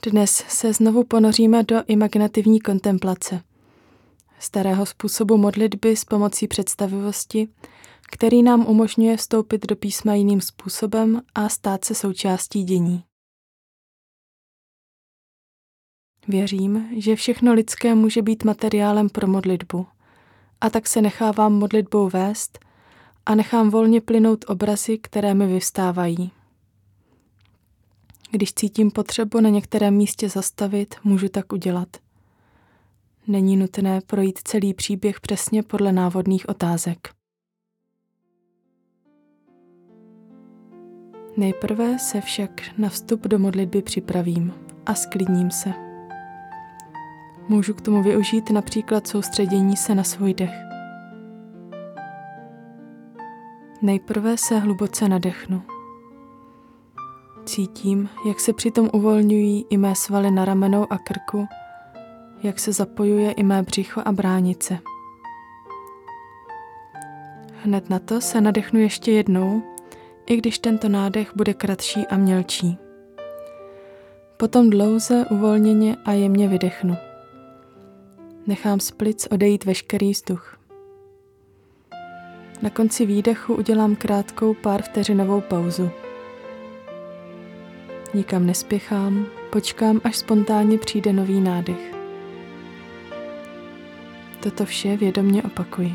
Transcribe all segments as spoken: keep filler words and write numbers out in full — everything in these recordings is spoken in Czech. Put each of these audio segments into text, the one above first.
Dnes se znovu ponoříme do imaginativní kontemplace, starého způsobu modlitby s pomocí představivosti, který nám umožňuje vstoupit do písma jiným způsobem a stát se součástí dění. Věřím, že všechno lidské může být materiálem pro modlitbu, a tak se nechávám modlitbou vést a nechám volně plynout obrazy, které mi vyvstávají. Když cítím potřebu na některém místě zastavit, můžu tak udělat. Není nutné projít celý příběh přesně podle návodných otázek. Nejprve se však na vstup do modlitby připravím a sklidním se. Můžu k tomu využít například soustředění se na svůj dech. Nejprve se hluboce nadechnu. Cítím, jak se přitom uvolňují i mé svaly na ramenou a krku, jak se zapojuje i mé břicho a bránice. Hned na to se nadechnu ještě jednou, i když tento nádech bude kratší a mělčí. Potom dlouze, uvolněně a jemně vydechnu. Nechám z plic odejít veškerý vzduch. Na konci výdechu udělám krátkou pár vteřinovou pauzu. Nikam nespěchám, počkám, až spontánně přijde nový nádech. Toto vše vědomě opakuji.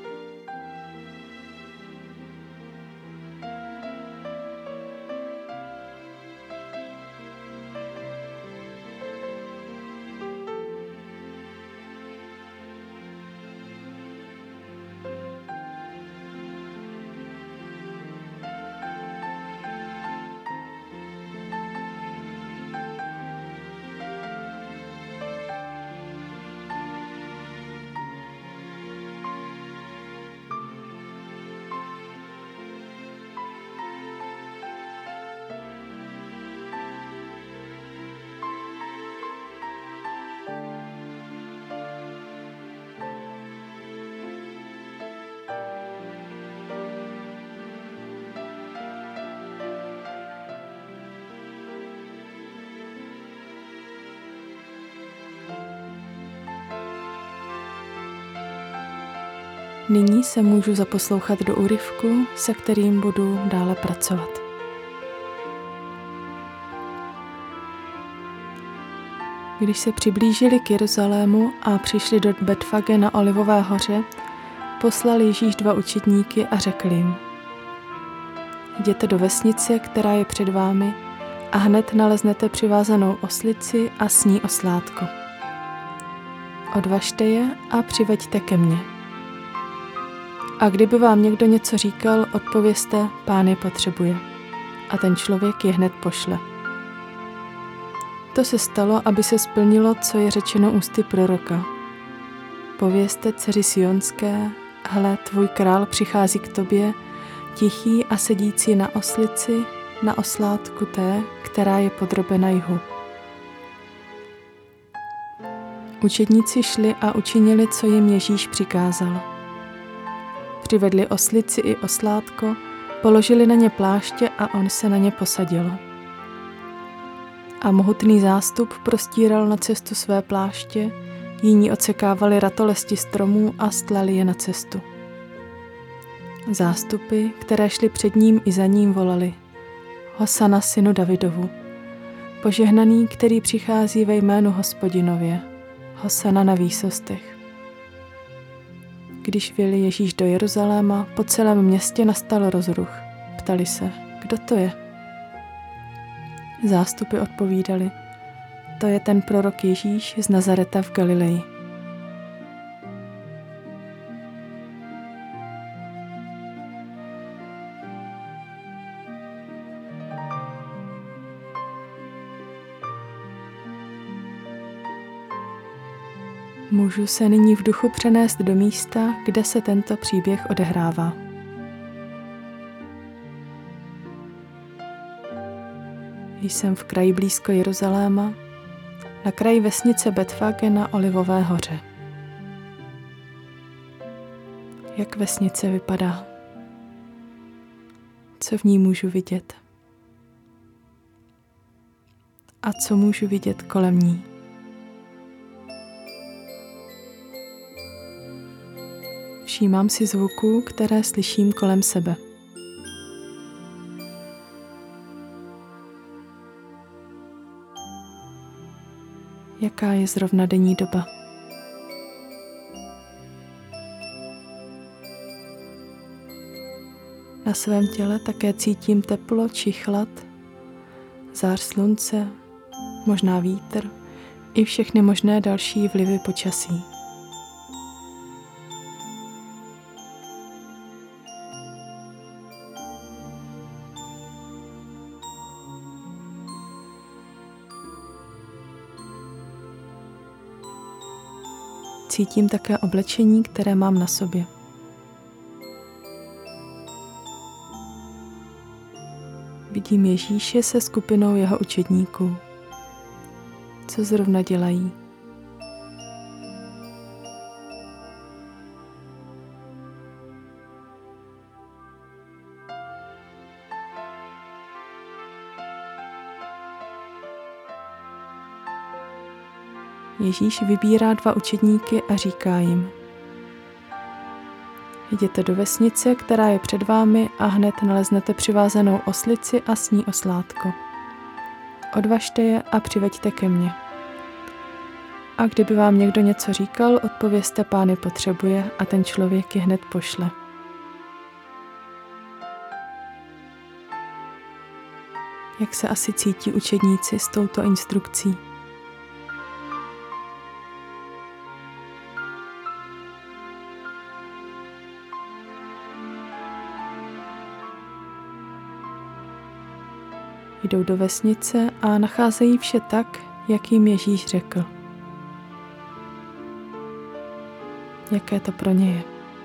Nyní se můžu zaposlouchat do úryvku, se kterým budu dále pracovat. Když se přiblížili k Jeruzalému a přišli do Betfage na Olivové hoře, poslal Ježíš dva učedníky a řekl jim: Jděte do vesnice, která je před vámi, a hned naleznete přivázanou oslici a s ní oslátko. Odvažte je a přiveďte ke mně. A kdyby vám někdo něco říkal, odpovězte, Pán je potřebuje. A ten člověk je hned pošle. To se stalo, aby se splnilo, co je řečeno ústy proroka. Povězte dceři Sionské, hle, tvůj král přichází k tobě, tichý a sedící na oslici, na oslátku té, která je podrobena jhu. Učedníci šli a učinili, co jim Ježíš přikázal. Přivedli oslici i oslátko, položili na ně pláště a on se na ně posadil. A mohutný zástup prostíral na cestu své pláště, jiní odsekávali ratolesti stromů a stlali je na cestu. Zástupy, které šly před ním i za ním, volali: Hosana synu Davidovu, požehnaný, který přichází ve jménu Hospodinově, Hosana na výsostech. Když vjel Ježíš do Jeruzaléma, po celém městě nastal rozruch. Ptali se, kdo to je? Zástupy odpovídali: To je ten prorok Ježíš z Nazareta v Galileji. Můžu se nyní v duchu přenést do místa, kde se tento příběh odehrává. Jsem v kraji blízko Jeruzaléma, na kraji vesnice Betfage na Olivové hoře. Jak vesnice vypadá? Co v ní můžu vidět? a co můžu vidět kolem ní. Všímám si zvuků, které slyším kolem sebe. Jaká je zrovna denní doba? Na svém těle také cítím teplo či chlad, zář slunce, možná vítr i všechny možné další vlivy počasí. Cítím také oblečení, které mám na sobě. Vidím Ježíše se skupinou jeho učedníků. Co zrovna dělají? Ježíš vybírá dva učedníky a říká jim: Jděte do vesnice, která je před vámi, a hned naleznete přivázanou oslici a s ní oslátko. Odvažte je a přiveďte ke mně. A kdyby vám někdo něco říkal, odpovězte: Pán je potřebuje, a ten člověk je hned pošle. Jak se asi cítí učedníci s touto instrukcí? Jdou do vesnice a nacházejí vše tak, jak jim Ježíš řekl. Jaké to pro ně je?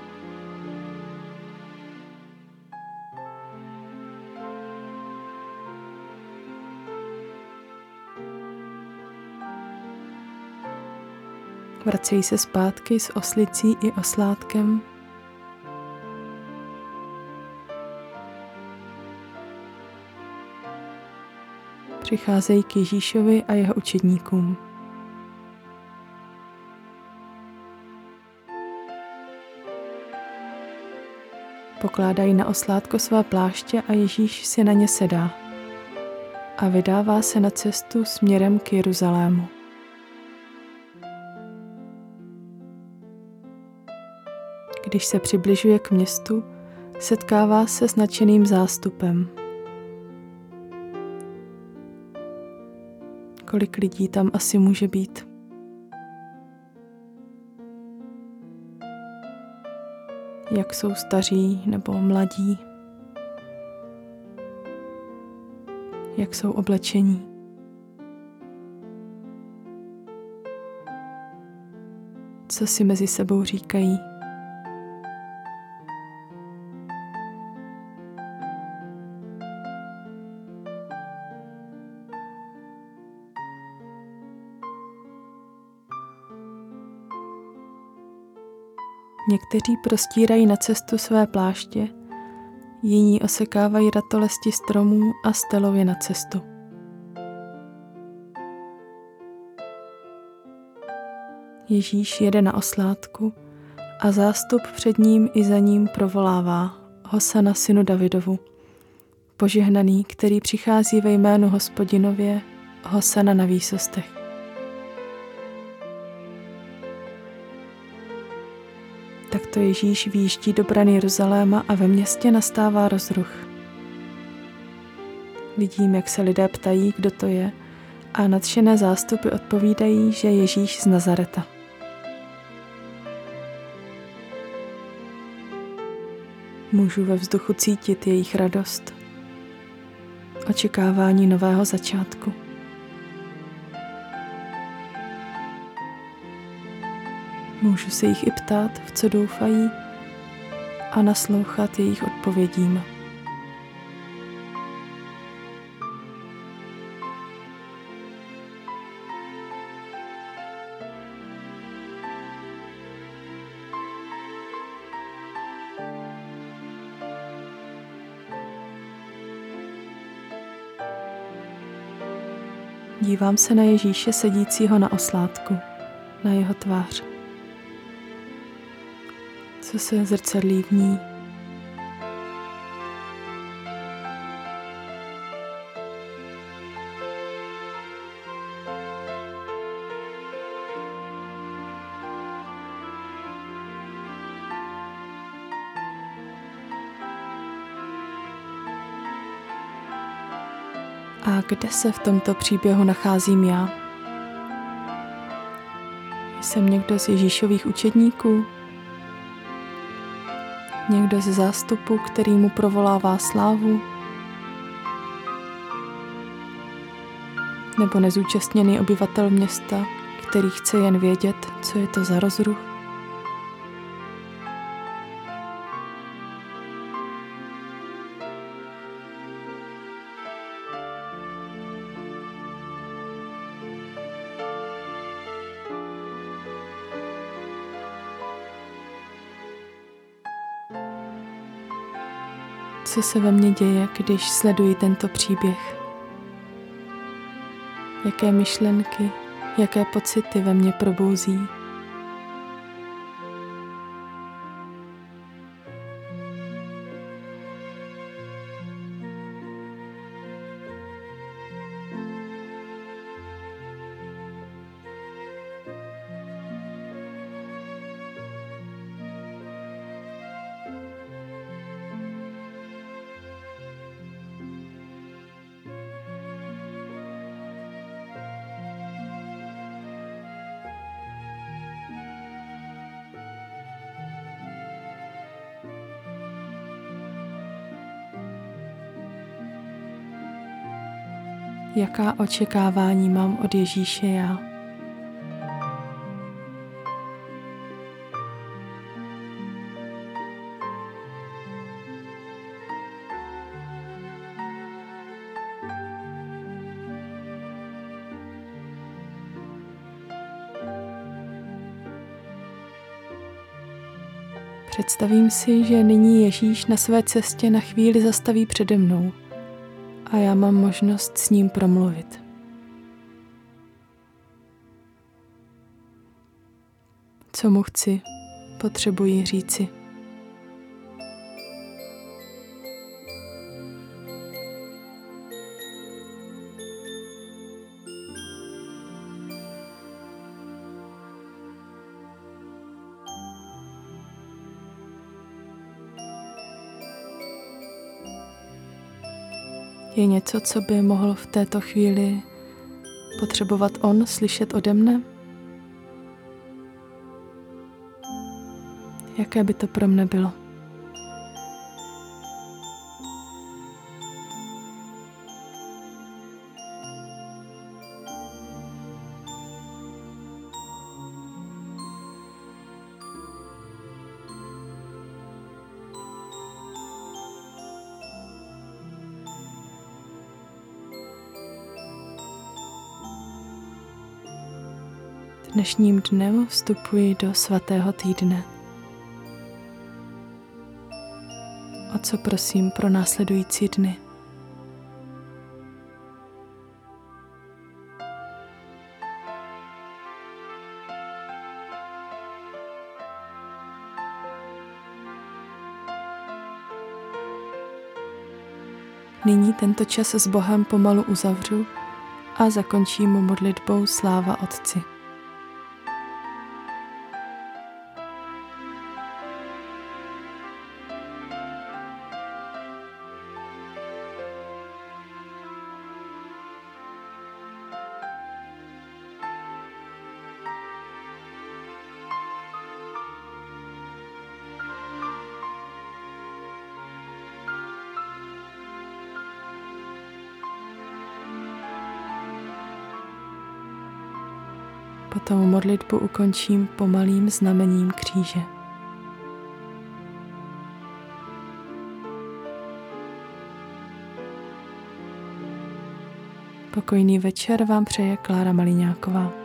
Vracejí se zpátky s oslicí i oslátkem. Přicházejí k Ježíšovi a jeho učedníkům. Pokládají na oslátko své pláště a Ježíš si na ně sedá a vydává se na cestu směrem k Jeruzalému. Když se přibližuje k městu, setkává se s nadšeným zástupem. Kolik lidí tam asi může být? Jak jsou staří nebo mladí? Jak jsou oblečení? Co si mezi sebou říkají? Někteří prostírají na cestu své pláště, jiní osekávají ratolesti stromů a stelou je na cestu. Ježíš jede na oslátku a zástup před ním i za ním provolává: Hosana synu Davidovu, požehnaný, který přichází ve jménu Hospodinově, Hosana na výsostech. Takto Ježíš výjíždí do bran Jeruzaléma a ve městě nastává rozruch. Vidím, jak se lidé ptají, kdo to je, a nadšené zástupy odpovídají, že je Ježíš z Nazareta. Můžu ve vzduchu cítit jejich radost, očekávání nového začátku. Můžu se jich i ptát, v co doufají, a naslouchat jejich odpovědím. Dívám se na Ježíše sedícího na oslátku, na jeho tvář. Co se zrcadlí v ní? A kde se v tomto příběhu nacházím já? Jsem někdo z Ježíšových učedníků? Někdo ze zástupu, který mu provolává slávu? Nebo nezúčastněný obyvatel města, který chce jen vědět, co je to za rozruch? Co se ve mně děje, když sleduji tento příběh? Jaké myšlenky, jaké pocity ve mně probouzí? Jaká očekávání mám od Ježíše já? Představím si, že nyní Ježíš na své cestě na chvíli zastaví přede mnou a já mám možnost s ním promluvit. Co mu chci, potřebuji říci. Je něco, co by mohl v této chvíli potřebovat on slyšet ode mne? Jaké by to pro mne bylo? Dnešním dnem vstupuji do svatého týdne. O co prosím pro následující dny? Nyní tento čas s Bohem pomalu uzavřu a zakončím modlitbou Sláva Otci. Potom modlitbu ukončím pomalým znamením kříže. Pokojný večer vám přeje Klára Maliňáková.